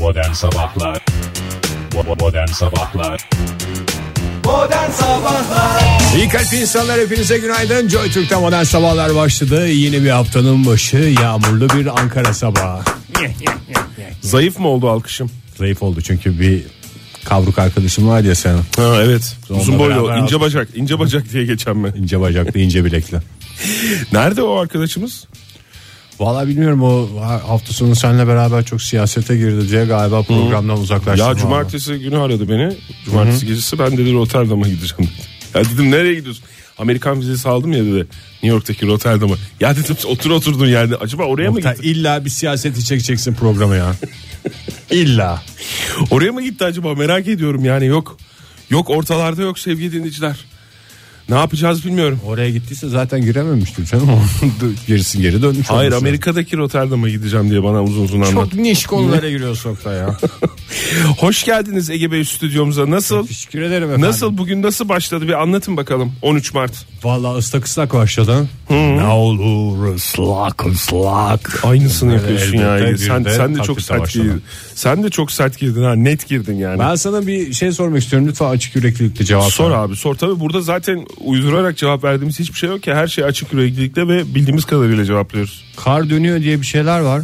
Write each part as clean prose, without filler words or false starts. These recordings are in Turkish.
Modern Sabahlar. Modern Sabahlar. Modern Sabahlar. İyi kalp insanlar, hepinize günaydın. Joy Türk'te Modern Sabahlar başladı. Yeni bir haftanın başı, yağmurlu bir Ankara sabahı. Zayıf mı oldu alkışım? Zayıf oldu çünkü bir kavruk arkadaşım var ya senin. Ha, evet. Onunla Uzun boylu, beraber ince bacak, ince bacak diye geçen ben. İnce bacaklı, ince bilekli. Nerede o arkadaşımız? Vallahi bilmiyorum, o hafta sonu seninle beraber çok siyasete girdi diye galiba programdan uzaklaştı. Ya cumartesi günü aradı beni. Cumartesi gecesi ben dedi Rotterdam'a gideceğim. Ya dedim nereye gidiyorsun? Amerikan vizesi aldım ya dedi. New York'taki Rotterdam'a. Ya dedim oturdun yerde. Acaba oraya mı gitti? İlla bir siyaseti çekeceksin programa ya. İlla. Oraya mı gitti acaba? Merak ediyorum yani. Yok ortalarda yok sevgili dinleyiciler. Ne yapacağız bilmiyorum. Oraya gittiyse zaten girememiştir canım. Gerisin geri dönmüş. Hayır, Amerika'daki Rotterdam'a gideceğim diye bana uzun anlat. Çok niş konulara giriyorsun da ya. Hoş geldiniz Ege Bey stüdyomuza. Nasıl? Teşekkür ederim efendim. Nasıl, bugün nasıl başladı bir anlatın bakalım. 13 Mart. Vallahi ıslak başladı. Ne olur ıslak. Aynısını yapıyorsun ya. elbette Sen de bir çok de sert başladı. girdin. Sen de çok sert girdin ha. Net girdin yani. Ben sana bir şey sormak istiyorum. Lütfen açık yüreklilikle cevap Sor ver. abi sor. Tabii burada zaten uydurarak cevap verdiğimiz hiçbir şey yok ki. Her şey açık yüreklilikle ve bildiğimiz kadarıyla cevaplıyoruz. Kar dönüyor diye bir şeyler var.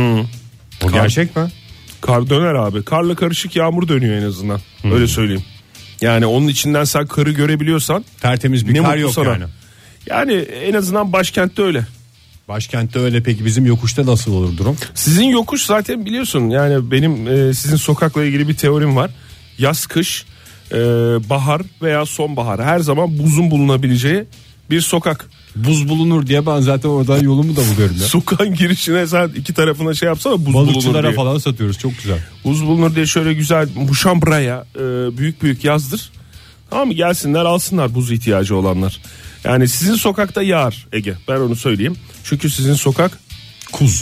O gerçek mi? Kar döner abi. Karla karışık yağmur dönüyor en azından. Öyle söyleyeyim. Yani onun içinden sen karı görebiliyorsan Tertemiz bir ne kar mutlu yok sana. yani. Yani en azından başkentte öyle. Başkentte öyle, peki bizim yokuşta nasıl olur durum? Sizin yokuş zaten biliyorsun yani benim sizin sokakla ilgili bir teorim var. Yaz, kış, bahar veya sonbahar her zaman buzun bulunabileceği bir sokak. Buz bulunur diye ben zaten oradan yolumu da buluyorum ya. Sokağın girişine sen iki tarafına şey yapsana, buz bulunur Balıkçılara diye. falan satıyoruz, çok güzel. Buz bulunur diye şöyle güzel muşambraya büyük yazdır. Tamam mı, gelsinler alsınlar buz ihtiyacı olanlar. Yani sizin sokakta yağar Ege, ben onu söyleyeyim. Çünkü sizin sokak kuz.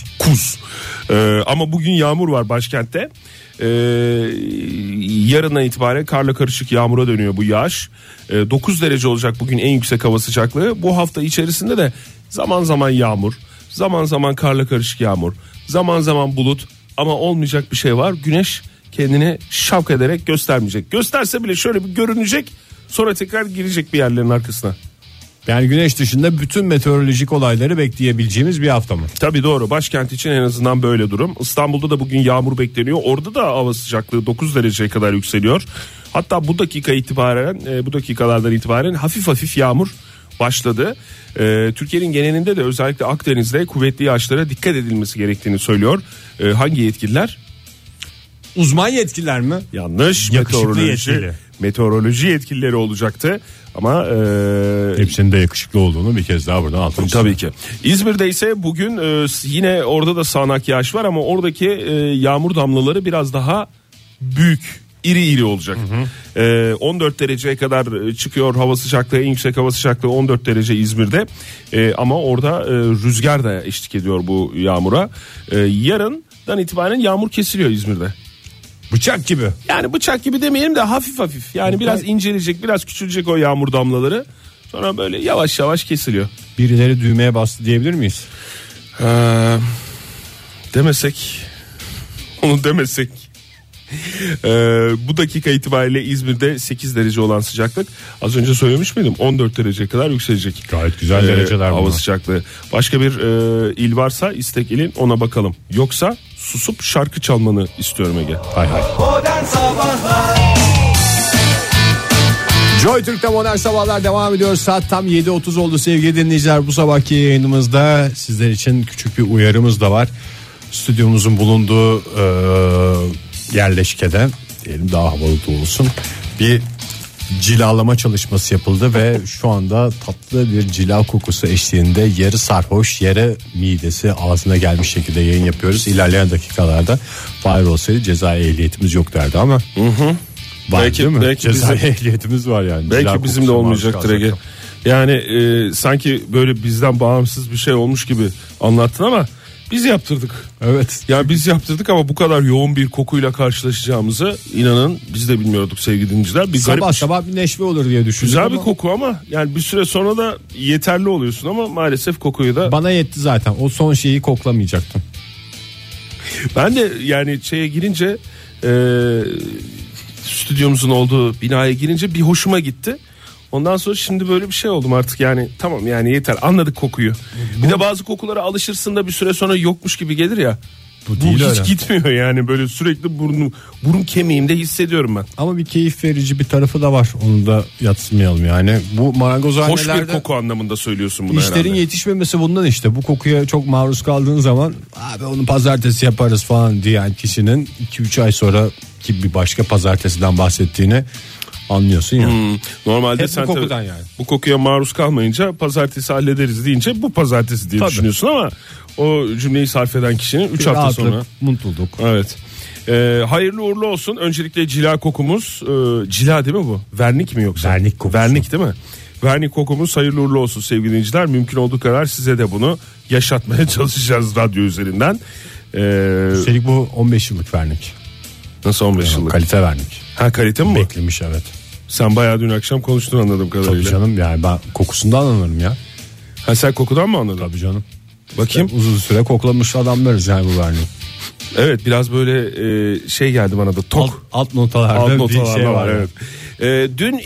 Ama bugün yağmur var başkentte. Yarından itibaren karla karışık yağmura dönüyor bu yağış. 9 derece olacak bugün en yüksek hava sıcaklığı. Bu hafta içerisinde de zaman zaman yağmur, zaman zaman karla karışık yağmur, zaman zaman bulut, ama olmayacak bir şey var. Güneş kendini şavk ederek göstermeyecek. Gösterse bile şöyle bir görünecek, sonra tekrar girecek bir yerlerin arkasına. Yani güneş dışında bütün meteorolojik olayları bekleyebileceğimiz bir hafta mı? Tabii doğru, başkent için en azından böyle durum. İstanbul'da da bugün yağmur bekleniyor. Orada da hava sıcaklığı 9 dereceye kadar yükseliyor. Hatta bu dakikalardan itibaren hafif hafif yağmur başladı. Türkiye'nin genelinde de özellikle Akdeniz'de kuvvetli yağışlara dikkat edilmesi gerektiğini söylüyor. Hangi yetkililer? Uzman yetkililer mi? Yanlış. Yakışıklı yetkili. Meteoroloji yetkilileri olacaktı. Ama hepsinin de yakışıklı olduğunu bir kez daha buradan altını tabii ki. İzmir'de ise bugün yine orada da sağanak yağış var ama oradaki yağmur damlaları biraz daha büyük, iri olacak. 14 dereceye kadar çıkıyor hava sıcaklığı, en yüksek hava sıcaklığı 14 derece İzmir'de. Ama orada rüzgar da eşlik ediyor bu yağmura. Yarından itibaren yağmur kesiliyor İzmir'de. Bıçak gibi. Yani bıçak gibi demeyelim de hafif hafif. Yani biraz incelecek, biraz küçülecek o yağmur damlaları. Sonra böyle yavaş yavaş kesiliyor. Birileri düğmeye bastı diyebilir miyiz? Demesek. Onu demesek. Bu dakika itibariyle İzmir'de 8 derece olan sıcaklık. Az önce söylemiş miydim? 14 dereceye kadar yükselecek. Gayet güzel dereceler hava bunlar. sıcaklığı. Başka bir il varsa istek ilin, ona bakalım. Yoksa susup şarkı çalmanı istiyorum Ege. Hay hay. Modern Sabahlar. Joy Türk'te Modern Sabahlar devam ediyor. Saat tam 7.30 oldu sevgili dinleyiciler. Bu sabahki yayınımızda sizler için küçük bir uyarımız da var. Stüdyomuzun bulunduğu yerleşkede, diyelim daha havalı da olsun, bir cilalama çalışması yapıldı ve şu anda tatlı bir cila kokusu eşliğinde yarı sarhoş, yarı midesi ağzına gelmiş şekilde yayın yapıyoruz. İlerleyen dakikalarda Fahir olsaydı cezai ehliyetimiz yok derdi ama var, belki, değil mi? belki Cezai bizim, ehliyetimiz var yani. belki bizim de olmayacaktır Ege. Yani sanki böyle bizden bağımsız bir şey olmuş gibi anlattın ama biz yaptırdık. Evet. Yani biz yaptırdık ama bu kadar yoğun bir kokuyla karşılaşacağımızı inanın biz de bilmiyorduk sevgili dinleyiciler. Bir Sabah garip, sabah bir neşve olur diye düşündüm. güzel ama bir koku ama yani bir süre sonra da yeterli oluyorsun ama maalesef kokuyu da bana yetti zaten. O son şeyi koklamayacaktım. Ben de yani şeye girince stüdyomuzun olduğu binaya girince bir hoşuma gitti. Ondan sonra şimdi böyle bir şey oldum artık, yani tamam yani yeter, anladık kokuyu. Bir de bazı kokulara alışırsın da bir süre sonra yokmuş gibi gelir ya. Bu hiç öyle gitmiyor yani, böyle sürekli burun kemiğimde hissediyorum ben. Ama bir keyif verici bir tarafı da var, onu da yadsımayalım yani. Bu marangozhanelerde hoş bir koku anlamında söylüyorsun bunu İşlerin herhalde. yetişmemesi bundan işte. Bu kokuya çok maruz kaldığın zaman abi onu pazartesi yaparız falan diyen kişinin 2-3 ay sonra ki bir başka pazartesiden bahsettiğini anlıyorsun ya. Normalde hep sen bu kokudan yani. Bu kokuya maruz kalmayınca pazartesi hallederiz deyince bu pazartesi diye düşünüyorsun ama o cümleyi sarf eden kişinin 3 hafta sonra. Mutluluk. Evet. Hayırlı uğurlu olsun. Öncelikle cila kokumuz, cila değil mi bu? Vernik mi yoksa? Vernik kokusu. Vernik değil mi? Vernik kokumuz hayırlı uğurlu olsun sevgili dinleyiciler. Mümkün olduğu kadar size de bunu yaşatmaya çalışacağız radyo üzerinden. Üstelik bu 15 yıllık vernik. Nasıl 15 yıllık? Kalite vernik. Ha, kalite mi bu? Beklemiş, evet. Sen bayağı dün akşam konuştun anladığım kadarıyla. Tabii canım, yani ben kokusundan anlarım ya. Ha, sen kokudan mı anladın? Tabii canım. Bakayım. İşte uzun süre koklamış adamlarız yani bu verniği. Evet, biraz böyle şey geldi bana da, tok. Alt notalarda bir şey var. Evet. Dün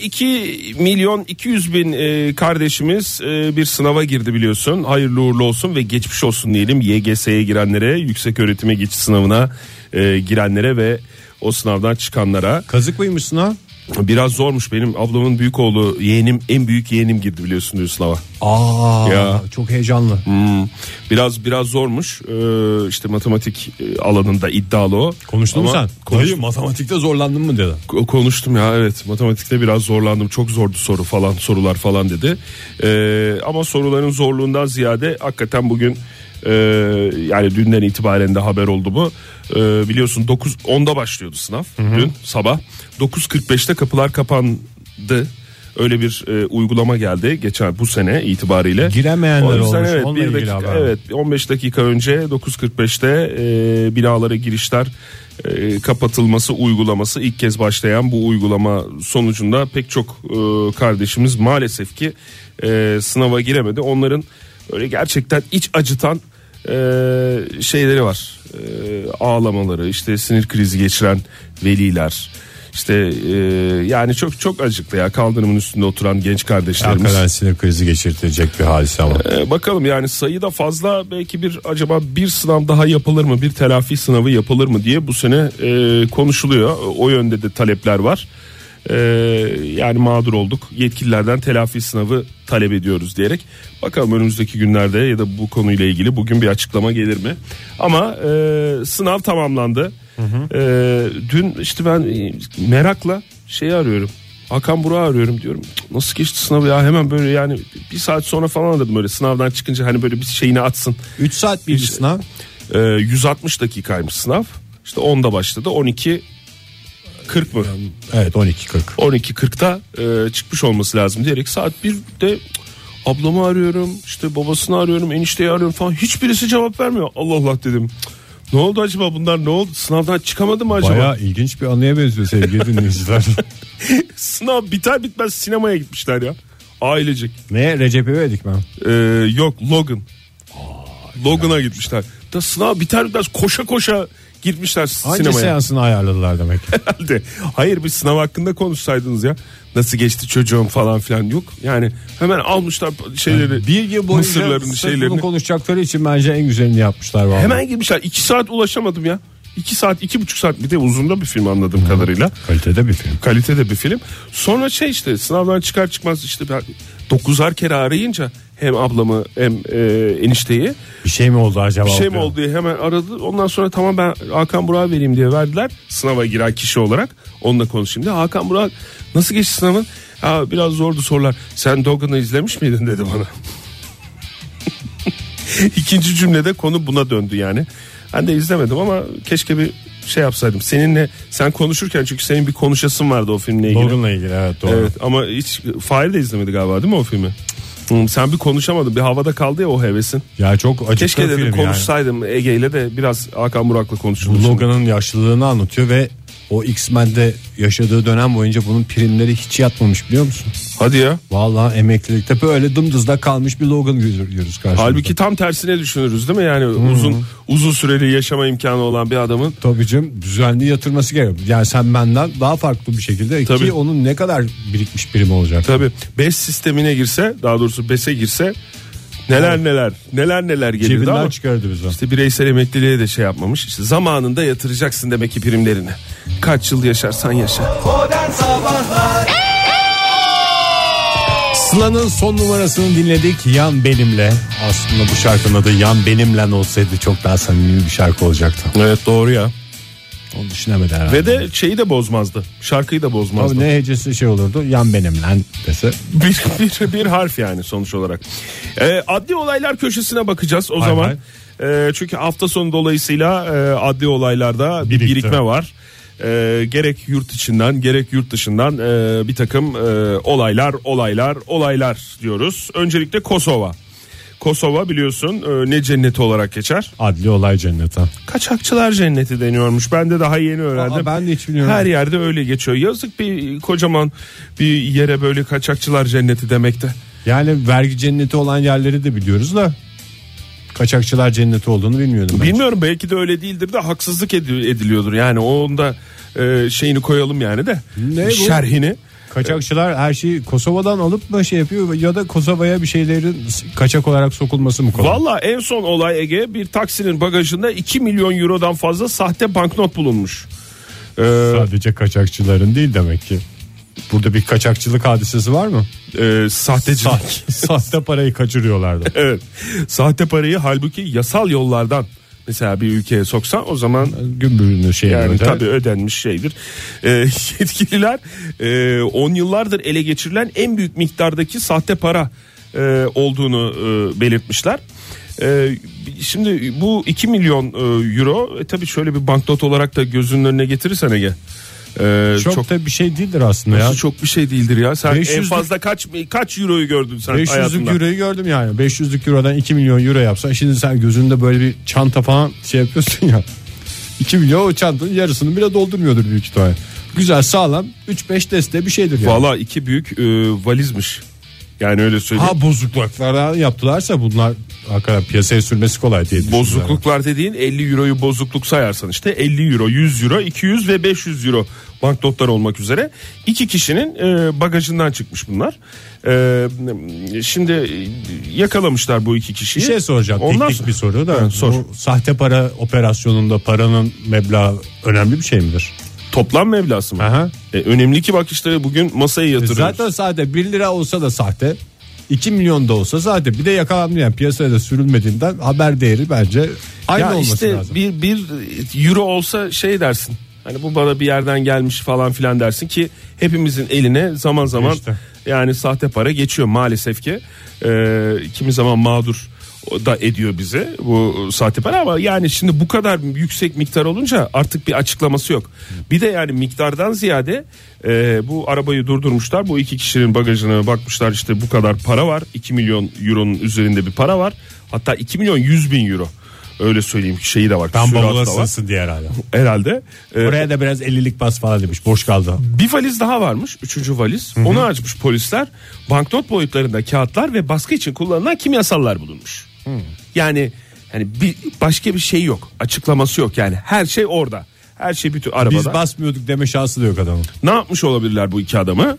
2.200.000 kardeşimiz bir sınava girdi biliyorsun. Hayırlı uğurlu olsun ve geçmiş olsun diyelim YGS'ye girenlere, yüksek öğretime geçiş sınavına girenlere ve o sınavdan çıkanlara. Kazık mıymış sınav? Biraz zormuş. Benim ablamın büyük oğlu, yeğenim, en büyük yeğenim girdi biliyorsun diyor sınava. Ya çok heyecanlı. Biraz zormuş. İşte matematik alanında iddialı o. Konuştun mu sen? Dayı matematikte zorlandın mı dedi. Konuştum ya, evet, matematikte biraz zorlandım, çok zordu sorular falan dedi. Ama soruların zorluğundan ziyade hakikaten bugün yani dünden itibaren de haber oldu bu. Biliyorsun 9:10'da başlıyordu sınav. Dün sabah 9:45'te kapılar kapandı. Öyle bir uygulama geldi geçen bu sene itibariyle. Giremeyenler olmuş. Evet, onunla ilgili haber. evet, 15 dakika önce 9:45'te binalara girişler kapatılması uygulaması ilk kez başlayan bu uygulama sonucunda pek çok kardeşimiz maalesef ki sınava giremedi. Onların öyle gerçekten iç acıtan şeyleri var. Ağlamaları, işte sinir krizi geçiren veliler. İşte yani çok acıklı ya, kaldırımın üstünde oturan genç kardeşlerimiz. Hakikaten sinir krizi geçirtecek bir hadise ama. Bakalım yani sayı da fazla, belki acaba bir sınav daha yapılır mı, bir telafi sınavı yapılır mı diye bu sene konuşuluyor. O yönde de talepler var. Yani mağdur olduk, yetkililerden telafi sınavı talep ediyoruz diyerek. Bakalım önümüzdeki günlerde ya da bu konuyla ilgili bugün bir açıklama gelir mi? Ama sınav tamamlandı. Dün işte ben merakla şeyi arıyorum, Hakan Burak'ı arıyorum, diyorum nasıl geçti sınavı ya, hemen böyle yani bir saat sonra falan aradım, böyle sınavdan çıkınca hani böyle bir şeyini atsın. 3 saat miydi sınav? 160 dakikaymış sınav, işte 10'da başladı, 12:40 mı? Evet, 12:40. 12:40'da çıkmış olması lazım diyerek saat 1'de ablamı arıyorum, işte babasını arıyorum, enişteyi arıyorum falan, hiçbirisi cevap vermiyor. Allah Allah dedim. Ne oldu acaba, bunlar ne oldu? Sınavdan çıkamadı mı acaba? Bayağı ilginç bir anıya benziyor sevgili dinleyiciler. Sınav biter bitmez sinemaya gitmişler ya. Ailecek. Ne, Recep İvedik mi? Yok, Logan. Logan'a gitmişler. Da sınav biter bitmez koşa koşa gitmişler sinemaya. Hangi seansını ayarladılar demek? Herhalde. Hayır, bir sınav hakkında konuşsaydınız ya. Nasıl geçti çocuğum falan filan, yok. Yani hemen almışlar şeyleri. Yani bir yıl boyunca mısırların şeylerini konuşacakları için bence en güzelini yapmışlar vallahi. Hemen girmişler. 2 saat ulaşamadım ya. 2 saat, 2,5 saat, bir de uzun da bir film anladığım kadarıyla. Kalitede bir film. Kalitede bir film. Sonra işte sınavdan çıkar çıkmaz işte ben 9'ar kere arayınca hem ablamı hem enişteyi. Bir şey mi oldu acaba? Bir şey mi oldu diye hemen aradı. Ondan sonra tamam ben Hakan Burak'a vereyim diye verdiler. Sınava giren kişi olarak onunla konuşayım diye. Hakan Burak nasıl geçti sınavın? Ha, biraz zordu sorular. Sen Logan'ı izlemiş miydin dedi bana. İkinci cümlede konu buna döndü yani. Ben de izlemedim ama keşke bir şey yapsaydım. Seninle sen konuşurken, çünkü senin bir konuşasın vardı o filmle ilgili. Logan'la ilgili, evet, doğru. Evet, ama hiç Fahir de izlemedi galiba değil mi o filmi? Sen bir konuşamadın, bir havada kaldı ya o hevesin. Ya çok acıklı keşke film dedim konuşsaydım yani. Ege ile de biraz Hakan Burak'la konuşulur. Logan'ın yaşlılığını anlatıyor ve o X-Men'de yaşadığı dönem boyunca bunun primleri hiç yatmamış, biliyor musun? Hadi ya. Vallahi emeklilikte böyle dımdızda kalmış bir Logan görüyoruz karşımızda. Halbuki tam tersine düşünürüz değil mi? Yani uzun süreli yaşama imkanı olan bir adamın. Tabii canım, düzenli yatırması gerekiyor. Yani sen benden daha farklı bir şekilde Tabii. ki onun ne kadar birikmiş prim olacak. Tabii BES sistemine girse, daha doğrusu BES'e girse neler gelirdi cebinden ama çıkardı bize. İşte bireysel emekliliğe de şey yapmamış. İşte zamanında yatıracaksın demek ki primlerini. Kaç yıl yaşarsan yaşa. Modern Sabahlar. Sıla'nın son numarasını dinledik, Yan Benimle. Aslında bu şarkının adı Yan Benimle olsaydı çok daha samimi bir şarkı olacaktı. Evet, doğru ya. Onu düşünemedi herhalde. Ve de şeyi de bozmazdı. Şarkıyı da bozmazdı. Tabii ne hecesi şey olurdu, Yan Benimle dese. Bir harf yani sonuç olarak. Adli olaylar köşesine bakacağız o zaman. Çünkü hafta sonu dolayısıyla adli olaylarda bir birikme var. Gerek yurt içinden gerek yurt dışından bir takım olaylar diyoruz. Öncelikle Kosova. Kosova biliyorsun ne cenneti olarak geçer? Adli olay cenneti. Kaçakçılar cenneti deniyormuş. Ben de daha yeni öğrendim. Ben de hiç bilmiyorum. Her yerde öyle geçiyor. Yazık bir kocaman bir yere böyle kaçakçılar cenneti demekte. Yani vergi cenneti olan yerleri de biliyoruz da kaçakçılar cenneti olduğunu bilmiyordum. Bilmiyorum, belki de öyle değildir de haksızlık ediliyordur. Yani onda şeyini koyalım yani de. Ne bu? Şerhini. Kaçakçılar her şeyi Kosova'dan alıp mı şey yapıyor ya da Kosova'ya bir şeylerin kaçak olarak sokulması mı kolay? Valla en son olay Ege, bir taksinin bagajında 2 milyon eurodan fazla sahte banknot bulunmuş. Sadece kaçakçıların değil demek ki. Burada bir kaçakçılık hadisesi var mı? Sahtecilik. Sahte parayı kaçırıyorlardı. Evet. Sahte parayı halbuki yasal yollardan mesela bir ülkeye soksan o zaman Gümrüğünü yani tabii ödenmiş şeydir. Yetkililer 10 yıllardır ele geçirilen en büyük miktardaki sahte para olduğunu belirtmişler. Şimdi bu 2 milyon euro tabii şöyle bir banknot olarak da gözünün önüne getirirsen Ege. Çok da bir şey değildir aslında ya. Çok bir şey değildir ya. Sen 500'lük en fazla kaç euroyu gördün sen 500'lük hayatında? euroyu gördüm yani. 500'lük eurodan 2 milyon euro yapsan şimdi sen gözünde böyle bir çanta falan şey yapıyorsun ya. 2 milyon o çantanın yarısını bile doldurmuyordur büyük ihtimalle. Güzel sağlam 3-5 deste bir şeydir yani. Valla 2 büyük valizmiş. Yani öyle söyleyeyim. Ha, bozukluklardan yaptılarsa bunlar hakikaten piyasaya sürmesi kolay diye düşünüyorum. Bozukluklar dediğin 50 euroyu bozukluk sayarsan işte 50 euro, 100 euro, 200 ve 500 euro banknotlar olmak üzere 2 kişinin bagajından çıkmış bunlar. Şimdi yakalamışlar bu 2 kişiyi. Bir şey soracağım. Teknik bir soru da. Evet, sor. Bu sahte para operasyonunda paranın meblağı önemli bir şey midir? Toplam meblası mı? Aha. Önemli ki bak işte bugün masaya yatırıyoruz. Zaten sahte 1 lira olsa da sahte, 2 milyon da olsa sahte, bir de yakalanmayan piyasaya da sürülmediğinden haber değeri bence aynı ya olması işte lazım. bir euro olsa şey dersin. Hani bu bana bir yerden gelmiş falan filan dersin ki hepimizin eline zaman zaman İşte. yani sahte para geçiyor maalesef ki. Kimi zaman mağdur da ediyor bize bu sahte para ama yani şimdi bu kadar yüksek miktar olunca artık bir açıklaması yok. Bir de yani miktardan ziyade bu arabayı durdurmuşlar, bu 2 kişinin bagajına bakmışlar, işte bu kadar para var, 2 milyon euronun üzerinde bir para var, hatta 2 milyon 100 bin euro. Öyle söyleyeyim, şeyi de var. Tam süratı bavula da var. sığsın diye herhalde. Herhalde. Oraya da biraz 50'lik bas falan demiş, boş kaldı. Bir valiz daha varmış, 3. valiz. Onu açmış polisler. Banknot boyutlarında kağıtlar ve baskı için kullanılan kimyasallar bulunmuş. Yani başka bir şey yok, açıklaması yok yani. Her şey orada. Her şey bütün arabada. Biz basmıyorduk deme şansı da yok adamın. Ne yapmış olabilirler bu 2 adamı?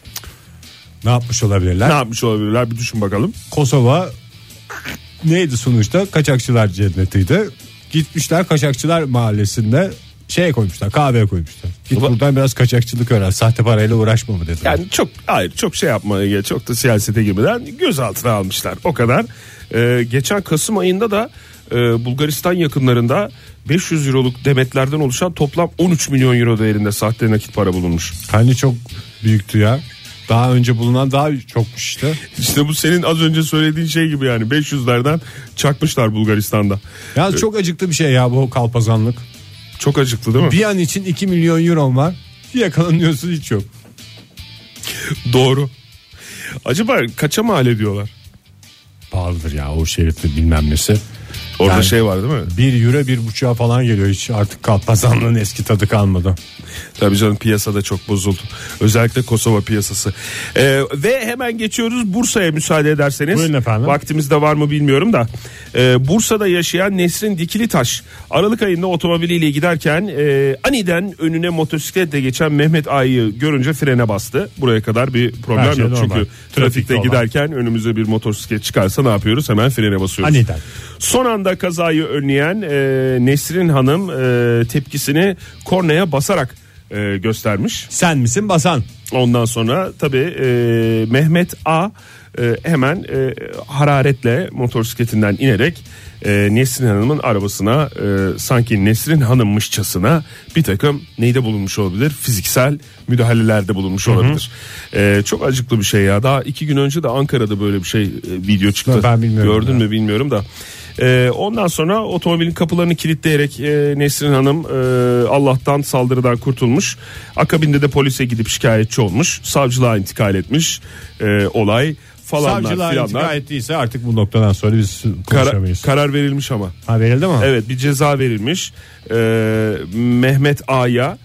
Ne yapmış olabilirler? Ne yapmış olabilirler, bir düşün bakalım. Kosova neydi sonuçta? Kaçakçılar cennetiydi. Gitmişler kaçakçılar mahallesinde şeye koymuşlar, kahveye koymuşlar. Git buradan biraz kaçakçılık öğren, sahte parayla uğraşma mı dediler. Yani çok şey yapmaya, çok da siyasete girmeden gözaltına almışlar, o kadar. Geçen Kasım ayında da Bulgaristan yakınlarında 500 euroluk demetlerden oluşan toplam 13 milyon euro değerinde sahte nakit para bulunmuş. Hani çok büyüktü ya. Daha önce bulunan daha çokmuş işte. İşte bu senin az önce söylediğin şey gibi yani 500'lerden çakmışlar Bulgaristan'da. Ya çok acıklı bir şey ya bu kalpazanlık. Çok acıklı değil mi? Bir an için 2 milyon euro var. Yakalanıyorsun, hiç yok. Doğru. Acaba kaça mal ediyorlar? Pahalıdır ya o şeritte bilmem nesi. Orada Yani şey var değil mi? 1 euro 1,5'a falan geliyor, hiç artık kalpazanlığın eski tadı kalmadı. Tabii canım, piyasada çok bozuldu. Özellikle Kosova piyasası. Ve hemen geçiyoruz Bursa'ya, müsaade ederseniz. Buyurun efendim. Vaktimizde var mı bilmiyorum da. Bursa'da yaşayan Nesrin Dikilitaş Aralık ayında otomobiliyle giderken aniden önüne motosikletle geçen Mehmet A'yı görünce frene bastı. Buraya kadar bir problem Her şey yok. normal. Çünkü trafikte olan. giderken önümüze bir motosiklet çıkarsa ne yapıyoruz? Hemen frene basıyoruz. Aniden. Son anda kazayı önleyen Nesrin Hanım tepkisini kornaya basarak göstermiş. Sen misin basan? Ondan sonra tabii Mehmet A hemen hararetle motosikletinden inerek Nesrin Hanım'ın arabasına sanki Nesrin Hanım'mışçasına bir takım neyde bulunmuş olabilir? Fiziksel müdahalelerde bulunmuş olabilir. Çok acıklı bir şey ya. Daha 2 gün önce de Ankara'da böyle bir şey video çıktı. Ben bilmiyorum. Gördün mü bilmiyorum da. Ondan sonra otomobilin kapılarını kilitleyerek Nesrin Hanım Allah'tan saldırıdan kurtulmuş. Akabinde de polise gidip şikayetçi olmuş. Savcılığa intikal etmiş olay falanlar Savcılığa filanlar. intikal ettiyse artık bu noktadan sonra biz konuşamayız. Karar verilmiş ama. Ha, verildi mi? Evet, bir ceza verilmiş. Mehmet A'ya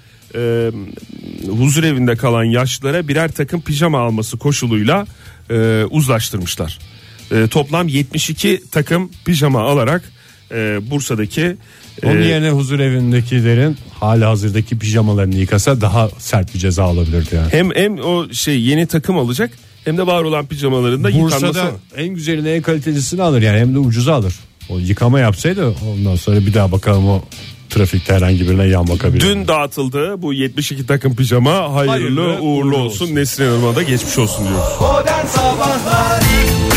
huzur evinde kalan yaşlılara birer takım pijama alması koşuluyla uzlaştırmışlar. Toplam 72 takım pijama alarak Bursa'daki Onun yerine huzur evindekilerin hali hazırdaki pijamalarını yıkasa daha sert bir ceza alabilirdi yani. hem o yeni takım alacak, hem de var olan pijamalarında yıkanması. Bursa'da en güzelini, en kalitelisini alır yani, hem de ucuza alır. O yıkama yapsaydı ondan sonra bir daha bakalım o trafikte herhangi birine yan bakabilir. Dün dağıtıldı bu 72 takım pijama, hayırlı uğurlu olsun. Nesrin Hanım'a da geçmiş olsun diyor. Modern Sabahlar.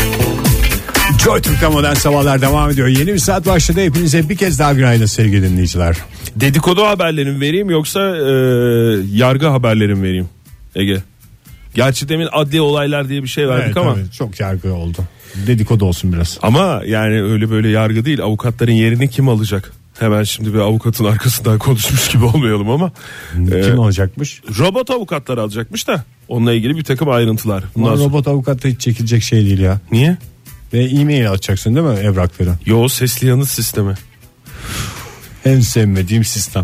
Joy Türk'te Modern Sabahlar devam ediyor. Yeni bir saat başladı. Hepinize bir kez daha günaydın sevgili dinleyiciler. Dedikodu haberlerini vereyim yoksa yargı haberlerini vereyim Ege? Gerçi demin adli olaylar diye bir şey verdik Evet, ama. tabii, çok yargı oldu. Dedikodu olsun biraz. Ama yani öyle böyle yargı değil. Avukatların yerini kim alacak? Hemen şimdi bir avukatın arkasından konuşmuş gibi olmayalım ama. Kim alacakmış? Robot avukatlar alacakmış da onunla ilgili bir takım ayrıntılar. Ama robot avukat da hiç çekilecek şey değil ya. Niye? Ve e-mail atacaksın değil mi evrakları? Yo, sesli yanıt sistemi. En sevmediğim sistem.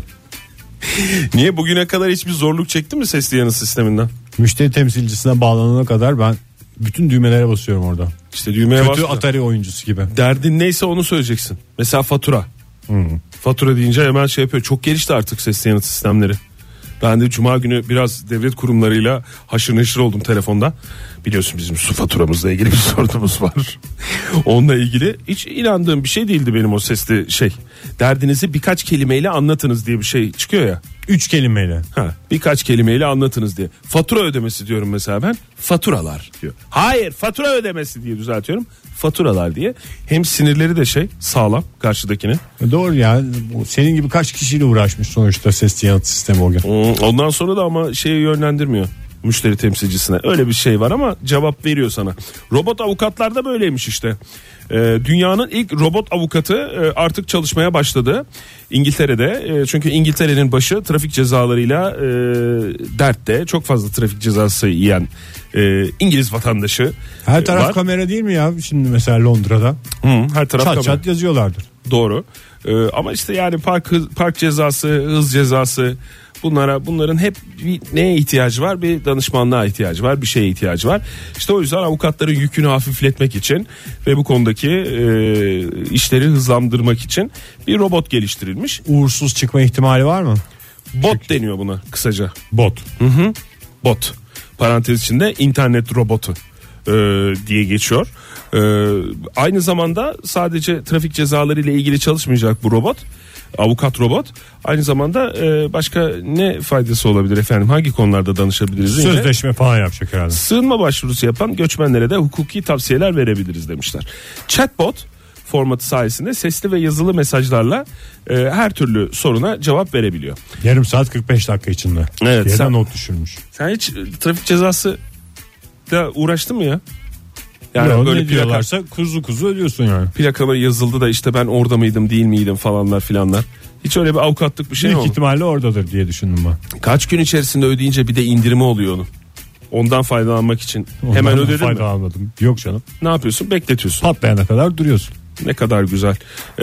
Niye, bugüne kadar hiçbir zorluk çektin mi sesli yanıt sisteminden? Müşteri temsilcisine bağlanana kadar ben bütün düğmelere basıyorum orada. İşte düğmeye Kötü bas. Atari oyuncusu gibi. Derdin neyse onu söyleyeceksin. Mesela fatura. Fatura deyince hemen yapıyor. Çok gelişti artık sesli yanıt sistemleri. Ben de cuma günü biraz devlet kurumlarıyla haşır neşir oldum telefonda. Biliyorsun bizim su faturamızla ilgili bir sorunumuz var. Onunla ilgili hiç inandığım bir şey değildi benim o sesli şey. Derdinizi birkaç kelimeyle anlatınız diye bir şey çıkıyor ya. 3 kelimeyle. Birkaç kelimeyle anlatınız diye. Fatura ödemesi diyorum mesela ben. Faturalar diyor. Hayır, fatura ödemesi diye düzeltiyorum. Faturalar diye. Hem sinirleri de sağlam karşıdakinin. Doğru ya. Senin gibi kaç kişiyle uğraşmış sonuçta sesli yanıt sistemi o gün. Ondan sonra da ama yönlendirmiyor müşteri temsilcisine. Öyle bir şey var ama cevap veriyor sana. Robot avukatlar da böyleymiş işte. Dünyanın ilk robot avukatı artık çalışmaya başladı İngiltere'de. Çünkü İngiltere'nin başı trafik cezalarıyla dertte. Çok fazla trafik cezası yiyen İngiliz vatandaşı Her taraf var. kamera değil mi ya şimdi mesela Londra'da? Her taraf kamera. Çat yazıyorlardır. Doğru. Ama işte yani park cezası, hız cezası, bunların hep neye ihtiyacı var? Bir danışmanlığa ihtiyacı var, bir şeye ihtiyacı var. İşte o yüzden avukatların yükünü hafifletmek için ve bu konudaki işleri hızlandırmak için bir robot geliştirilmiş. Uğursuz çıkma ihtimali var mı? Bot deniyor buna kısaca. Bot. Bot. Parantez içinde internet robotu diye geçiyor. Aynı zamanda sadece trafik cezaları ile ilgili çalışmayacak bu robot. Avukat robot. Aynı zamanda başka ne faydası olabilir efendim? Hangi konularda danışabiliriz? Sözleşme falan yapacak herhalde. Sığınma başvurusu yapan göçmenlere de hukuki tavsiyeler verebiliriz demişler. Chatbot formatı sayesinde sesli ve yazılı mesajlarla her türlü soruna cevap verebiliyor. Yarım saat 45 dakika içinde. Evet, Yerden sen- not düşürmüş. Sen hiç trafik cezası da uğraştın mı ya? Yani Yani böyle ne diyorlarsa kuzu ödüyorsun yani. plakama yazıldı da işte ben orada mıydım değil miydim falanlar filanlar. Hiç öyle bir avukatlık bir şey mi Büyük oldu? ihtimalle oradadır diye düşündüm ben. Kaç gün içerisinde ödeyince bir de indirimi oluyor onun. Ondan faydalanmak için. Hemen Ondan ödedin mi? fayda almadım. Yok canım. Ne yapıyorsun? Bekletiyorsun. Patlayana kadar duruyorsun. Ne kadar güzel.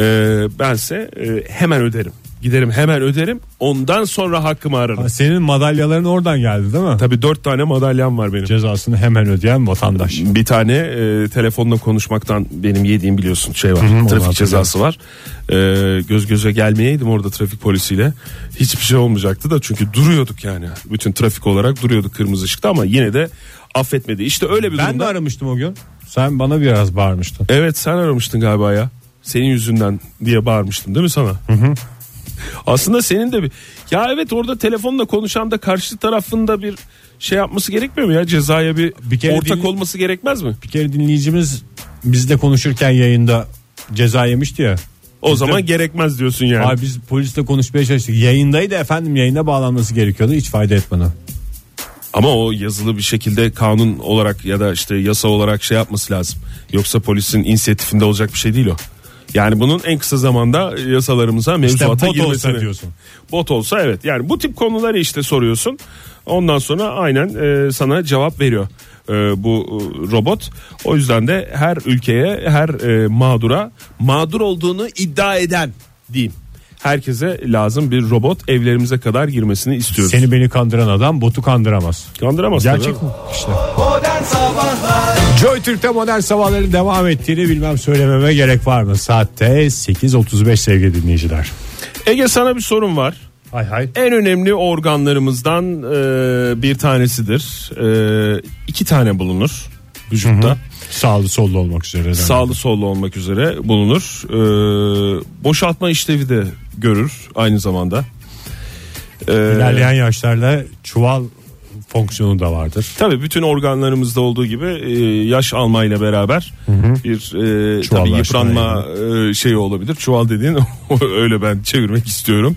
Bense hemen öderim. Giderim hemen öderim. Ondan sonra hakkımı ararım. Senin madalyaların oradan geldi değil mi? Tabii 4 tane madalyam var benim. Cezasını hemen ödeyen vatandaş. Bir tane telefonla konuşmaktan benim yediğim biliyorsun şey var. Trafik cezası var. Göz göze gelmeyeydim orada trafik polisiyle. Hiçbir şey olmayacaktı da çünkü duruyorduk yani. Bütün trafik olarak duruyorduk kırmızı ışıkta ama yine de affetmedi. İşte öyle bir durumda. Ben de aramıştım o gün. Sen bana biraz bağırmıştın. Evet, sen aramıştın galiba ya. Senin yüzünden diye bağırmıştım değil mi sana? Hı. Aslında senin de ya evet, orada telefonla konuşan da karşı tarafında bir şey yapması gerekmiyor mu ya? Cezaya bir kere ortak olması gerekmez mi? Bir kere dinleyicimiz bizle konuşurken yayında ceza yemişti ya. O zaman gerekmez diyorsun yani. Abi biz polisle konuşmaya çalıştık. Yayındaydı efendim, yayına bağlanması gerekiyordu. Hiç fayda etmedi. Ama o yazılı bir şekilde kanun olarak ya da işte yasa olarak şey yapması lazım. Yoksa polisin inisiyatifinde olacak bir şey değil o. Yani bunun en kısa zamanda yasalarımıza, mevzuata işte bot girmesini. olsa diyorsun. Bot olsa evet. Yani bu tip konuları işte soruyorsun. Ondan sonra aynen sana cevap veriyor bu robot. O yüzden de her ülkeye, her mağdura, mağdur olduğunu iddia eden diyeyim, herkese lazım bir robot, evlerimize kadar girmesini istiyoruz. Seni beni kandıran adam botu kandıramaz. Kandıramaz. Gerçek mi? İşte. Modern Sabahlar. Joy Türk'te modern sabahların devam ettiğini bilmem söylememe gerek var mı? Saatte 8.35 sevgili dinleyiciler. Ege, sana bir sorum var. Hay hay. En önemli organlarımızdan bir tanesidir. 2 tane bulunur vücutta. Sağlı sollu olmak üzere. Sağlı sollu olmak üzere bulunur. Boşaltma işlevi de görür aynı zamanda. İlerleyen yaşlarda çuval fonksiyonu da vardır. Tabii bütün organlarımızda olduğu gibi yaş almayla beraber bir tabii yıpranma şeyi olabilir. Çuval dediğin öyle ben çevirmek istiyorum.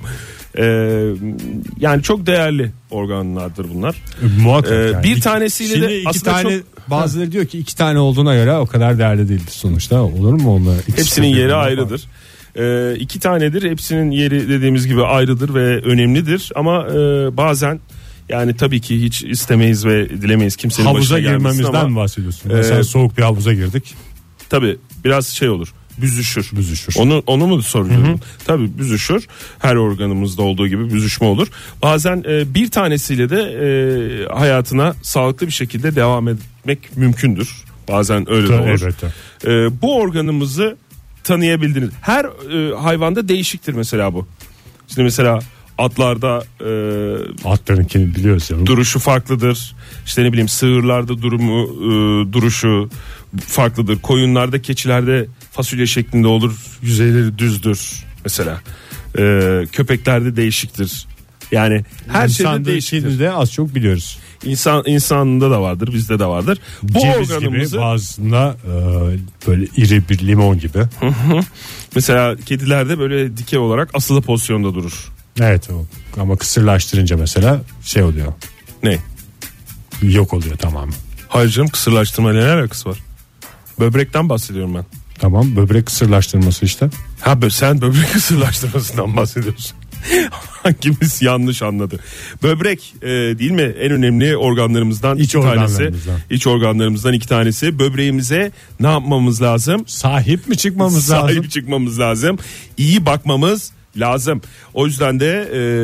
Yani çok değerli organlardır bunlar. Muhakkak yani. Bir tanesiyle şimdi de iki aslında tane, çok... bazıları diyor ki 2 tane olduğuna göre o kadar değerli değildir sonuçta. Olur mu onlar? Hepsinin yeri ayrıdır. 2 tanedir. Hepsinin yeri dediğimiz gibi ayrıdır ve önemlidir. Ama bazen yani tabii ki hiç istemeyiz ve dilemeyiz kimsenin havuza başına gelmesin ama. girmemizden mi bahsediyorsun? Mesela soğuk bir havuza girdik. Tabii biraz şey olur. Büzüşür. Onu mu soruyorum? Tabii büzüşür. Her organımızda olduğu gibi büzüşme olur. Bazen bir tanesiyle de hayatına sağlıklı bir şekilde devam etmek mümkündür. Bazen öyle de olur. Evet. Bu organımızı tanıyabildiniz. Her hayvanda değişiktir mesela bu. Şimdi mesela atlarda atlarınkini biliyoruz ya. Duruşu farklıdır. İşte ne bileyim sığırlarda duruşu farklıdır. Koyunlarda, keçilerde fasulye şeklinde olur. Yüzeyleri düzdür mesela. Köpeklerde değişiktir. Yani her şeyde değişiktir. De az çok biliyoruz. İnsanında da vardır, bizde de vardır. Bu ceviz organımızı gibi, bazısında böyle iri bir limon gibi. Mesela kedilerde böyle dikey olarak asılı pozisyonda durur. Evet, ama kısırlaştırınca mesela şey oluyor. Ne? Yok oluyor tamamen. Hayır canım, kısırlaştırma ne alakası var? Böbrekten bahsediyorum ben. Tamam, böbrek kısırlaştırması işte. Ha, sen böbrek kısırlaştırmasından bahsediyorsun. Hangimiz yanlış anladı? Böbrek değil mi en önemli organlarımızdan İç 2 tanesi? organlarımızdan. İç organlarımızdan 2 tanesi. Böbreğimize ne yapmamız lazım? Sahip mi çıkmamız lazım? Sahip çıkmamız lazım. İyi bakmamız lazım. O yüzden de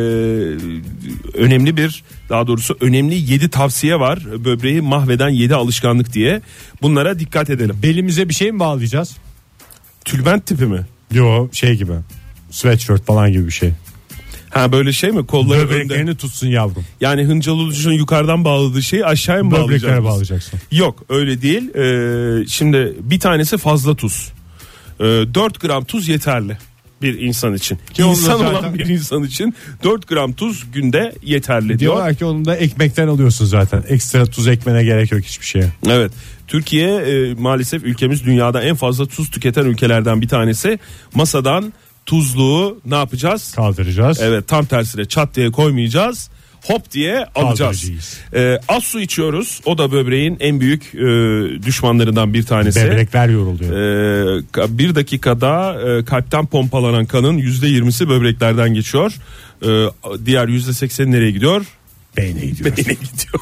önemli 7 tavsiye var. Böbreği mahveden 7 alışkanlık diye. Bunlara dikkat edelim. Belimize bir şey mi bağlayacağız? Tülbent tipi mi? Yo, şey gibi. Sweatshirt falan gibi bir şey. Ha, böyle şey mi? Kolları böbreklerini önde. Tutsun yavrum. Yani Hıncalı Uçuş'un yukarıdan bağladığı şeyi aşağıya mı bağlayacaksın? Böbreklere bağlayacaksın. Yok, öyle değil. Şimdi bir tanesi fazla tuz. 4 gram tuz yeterli bir insan için. İnsan olan bir insan için 4 gram tuz günde yeterli diyor. Diyorlar ki onu da ekmekten alıyorsun zaten. Ekstra tuz ekmene gerek yok hiçbir şeye. Evet. Türkiye maalesef ülkemiz dünyada en fazla tuz tüketen ülkelerden bir tanesi. Masadan tuzluğu ne yapacağız? Kaldıracağız. Evet, tam tersine çat diye koymayacağız. Hop diye alacağız. Az su içiyoruz. O da böbreğin en büyük düşmanlarından bir tanesi. Böbrekler yoruluyor. 1 dakikada kalpten pompalanan kanın %20'si böbreklerden geçiyor. Diğer %80 nereye gidiyor? Beyne gidiyor.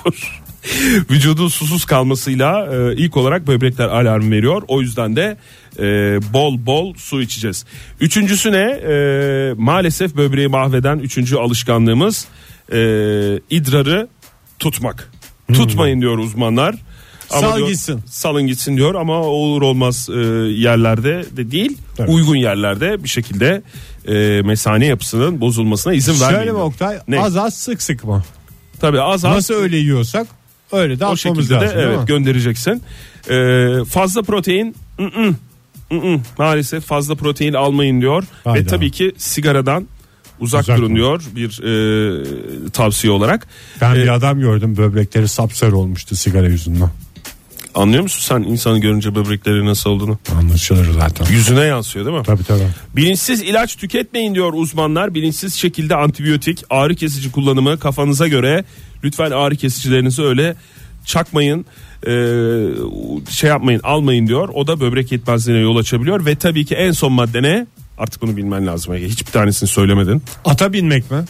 Vücudun susuz kalmasıyla ilk olarak böbrekler alarm veriyor. O yüzden de bol bol su içeceğiz. Üçüncüsü ne? Maalesef böbreği mahveden üçüncü alışkanlığımız idrarı tutmak. Tutmayın diyor uzmanlar. Ama Sal diyor, gitsin. salın gitsin diyor ama olur olmaz yerlerde de değil, evet. Uygun yerlerde bir şekilde mesane yapısının bozulmasına izin vermeyin. Şöyle mi diyor. Oktay? Ne? Az az sık sık mı? Tabii az az. Nasıl öyle yiyorsak öyle de O atmamız şekilde lazım. de değil mi? evet göndereceksin. Fazla protein maalesef fazla protein almayın diyor. Hayda. Ve tabii ki sigaradan uzak Uzak durun durun. diyor bir tavsiye olarak. Ben bir adam gördüm, böbrekleri sapsarı olmuştu sigara yüzünden. Anlıyor musun sen insanı görünce böbrekleri nasıl olduğunu? Anlaşılır zaten. Yüzüne yansıyor değil mi? Tabii. Bilinçsiz ilaç tüketmeyin diyor uzmanlar. Bilinçsiz şekilde antibiyotik, ağrı kesici kullanımı kafanıza göre. Lütfen ağrı kesicilerinizi öyle çakmayın, şey yapmayın, almayın diyor. O da böbrek yetmezliğine yol açabiliyor. Ve tabii ki en son madde ne? Artık bunu bilmen lazım. Hiçbir tanesini söylemedin. Ata binmek mi?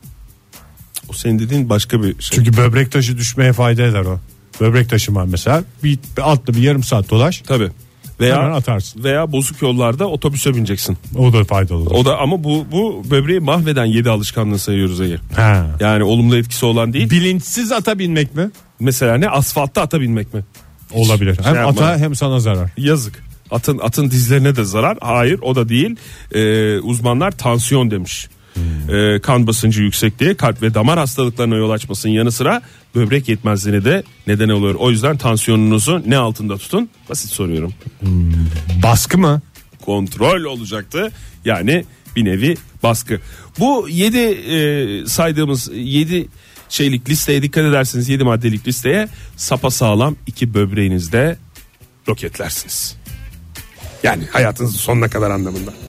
O senin dediğin başka bir şey. Çünkü böbrek taşı düşmeye fayda eder o. Böbrek taşı var mesela. Bir atla bir yarım saat dolaş. Tabii. Hemen atarsın. Veya bozuk yollarda otobüse bineceksin. O da faydalı olur. O da ama bu böbreği mahveden 7 alışkanlığı sayıyoruz Ege. Ha. Yani olumlu etkisi olan değil. Bilinçsiz ata binmek mi? Mesela ne? Asfaltta ata binmek mi? Olabilir. Hem yapma. ata hem sana zarar. Yazık. Atın dizlerine de zarar. Hayır, o da değil. Uzmanlar tansiyon demiş. Kan basıncı yüksekliği, kalp ve damar hastalıklarına yol açmasının yanı sıra böbrek yetmezliğine de neden oluyor. O yüzden tansiyonunuzu ne altında tutun? Basit soruyorum. Baskı mı? Kontrol olacaktı. Yani bir nevi baskı. Bu 7 saydığımız 7 şeylik listeye dikkat ederseniz, 7 maddelik listeye sapasağlam 2 böbreğinizde roketlersiniz. Yani hayatınızın sonuna kadar anlamında.